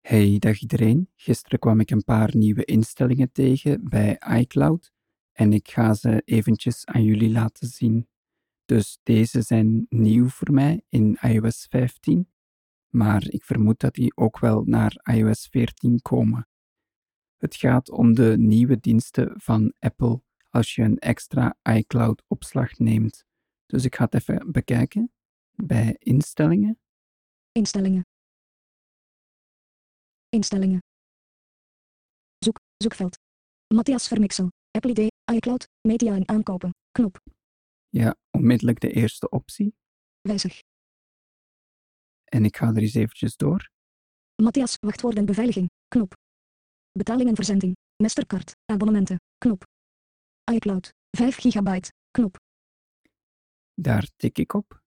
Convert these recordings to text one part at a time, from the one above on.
Hey, dag iedereen. Gisteren kwam ik een paar nieuwe instellingen tegen bij iCloud en ik ga ze eventjes aan jullie laten zien. Dus deze zijn nieuw voor mij in iOS 15, maar ik vermoed dat die ook wel naar iOS 14 komen. Het gaat om de nieuwe diensten van Apple als je een extra iCloud-opslag neemt. Dus ik ga het even bekijken. Bij instellingen. Instellingen. Instellingen. Zoekveld. Matthias Vermixel. Apple ID, iCloud, media en aankopen. Knop. Ja, onmiddellijk de eerste optie. Wijzig. En ik ga er eens eventjes door. Matthias, wachtwoorden beveiliging. Knop. Betaling en verzending. Mastercard. Abonnementen. Knop. iCloud. 5 gigabyte. Knop. Daar tik ik op.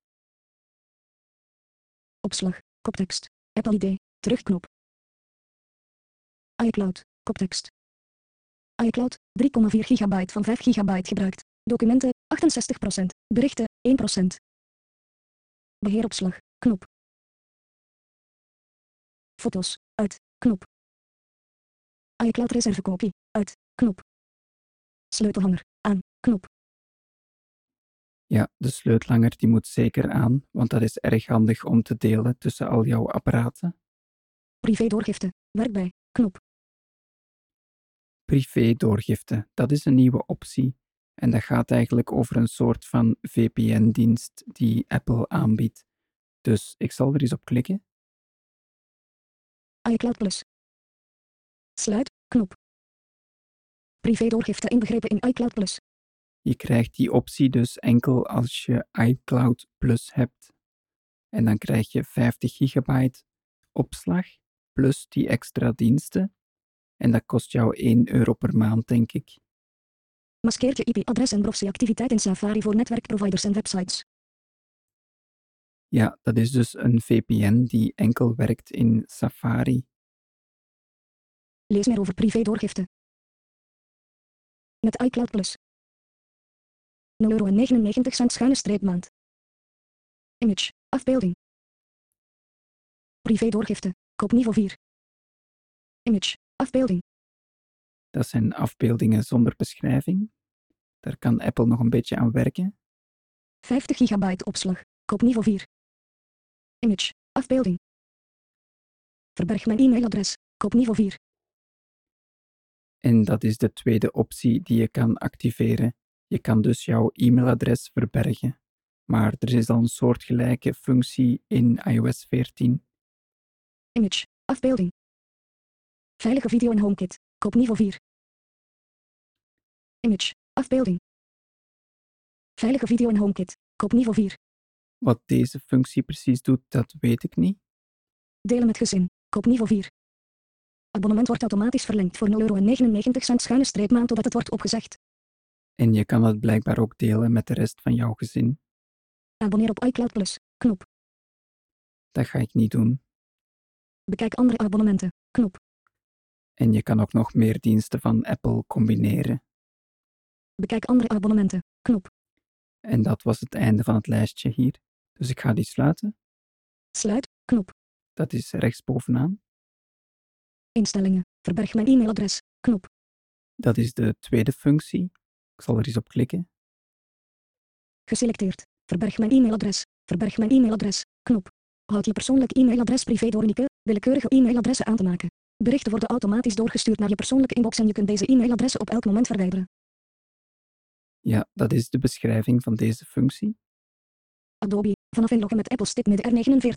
Opslag. Koptekst. Apple ID. Terugknop. iCloud. Koptekst. iCloud. 3,4 gigabyte van 5 gigabyte gebruikt. Documenten. 68%. Berichten. 1%. Beheeropslag. Knop. Foto's. Uit. Knop. iCloud reservekopie. Uit. Knop. Sleutelhanger. Aan. Knop. Ja, de sleutelhanger die moet zeker aan, want dat is erg handig om te delen tussen al jouw apparaten. Privé doorgifte. Werk bij. Knop. Privé doorgifte, dat is een nieuwe optie. En dat gaat eigenlijk over een soort van VPN-dienst die Apple aanbiedt. Dus ik zal er eens op klikken. iCloud Plus. Sluit. Knop. Privé doorgifte inbegrepen in iCloud Plus. Je krijgt die optie dus enkel als je iCloud Plus hebt. En dan krijg je 50 gigabyte opslag, plus die extra diensten. En dat kost jou €1 per maand, denk ik. Maskeert je IP-adres en browseractiviteit in Safari voor netwerkproviders en websites. Ja, dat is dus een VPN die enkel werkt in Safari. Lees meer over privé doorgifte. Met iCloud Plus. €0,99 Image. Afbeelding. Privé doorgifte. Koopniveau 4. Image. Afbeelding. Dat zijn afbeeldingen zonder beschrijving. Daar kan Apple nog een beetje aan werken. 50 gigabyte opslag. Koopniveau 4. Image. Afbeelding. Verberg mijn e-mailadres. Koopniveau 4. En dat is de tweede optie die je kan activeren. Je kan dus jouw e-mailadres verbergen. Maar er is al een soortgelijke functie in iOS 14. Image. Afbeelding. Veilige video en HomeKit. Koopniveau 4. Image. Afbeelding. Veilige video en HomeKit. Koopniveau 4. Wat deze functie precies doet, dat weet ik niet. Delen met gezin. Koopniveau 4. Abonnement wordt automatisch verlengd voor €0,99 totdat het wordt opgezegd. En je kan het blijkbaar ook delen met de rest van jouw gezin. Abonneer op iCloud Plus. Knop. Dat ga ik niet doen. Bekijk andere abonnementen. Knop. En je kan ook nog meer diensten van Apple combineren. Bekijk andere abonnementen. Knop. En dat was het einde van het lijstje hier. Dus ik ga die sluiten. Sluit. Knop. Dat is rechtsbovenaan. Instellingen. Verberg mijn e-mailadres. Knop. Dat is de tweede functie. Ik zal er eens op klikken. Geselecteerd. Verberg mijn e-mailadres. Verberg mijn e-mailadres. Knop. Houd je persoonlijk e-mailadres privé door unieke, willekeurige e-mailadressen aan te maken. Berichten worden automatisch doorgestuurd naar je persoonlijke inbox en je kunt deze e-mailadressen op elk moment verwijderen. Ja, dat is de beschrijving van deze functie. Adobe. Vanaf inloggen met Apple Stick met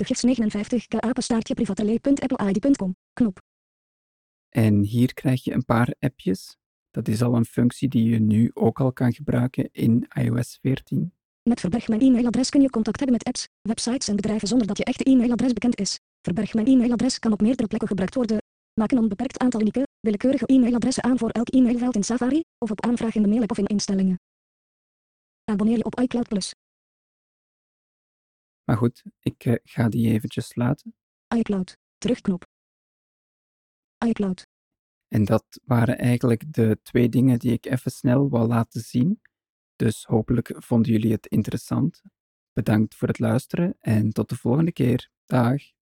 R49X59k_privatelee.appleid.com. Knop. En hier krijg je een paar appjes. Dat is al een functie die je nu ook al kan gebruiken in iOS 14. Met verberg mijn e-mailadres kun je contact hebben met apps, websites en bedrijven zonder dat je echte e-mailadres bekend is. Verberg mijn e-mailadres kan op meerdere plekken gebruikt worden. Maak een onbeperkt aantal unieke, willekeurige e-mailadressen aan voor elk e-mailveld in Safari, of op aanvraag in de mail-app of in instellingen. Abonneer je op iCloud Plus. Maar goed, ik ga die eventjes sluiten. iCloud. Terugknop. iCloud. En dat waren eigenlijk de twee dingen die ik even snel wou laten zien. Dus hopelijk vonden jullie het interessant. Bedankt voor het luisteren en tot de volgende keer. Dag!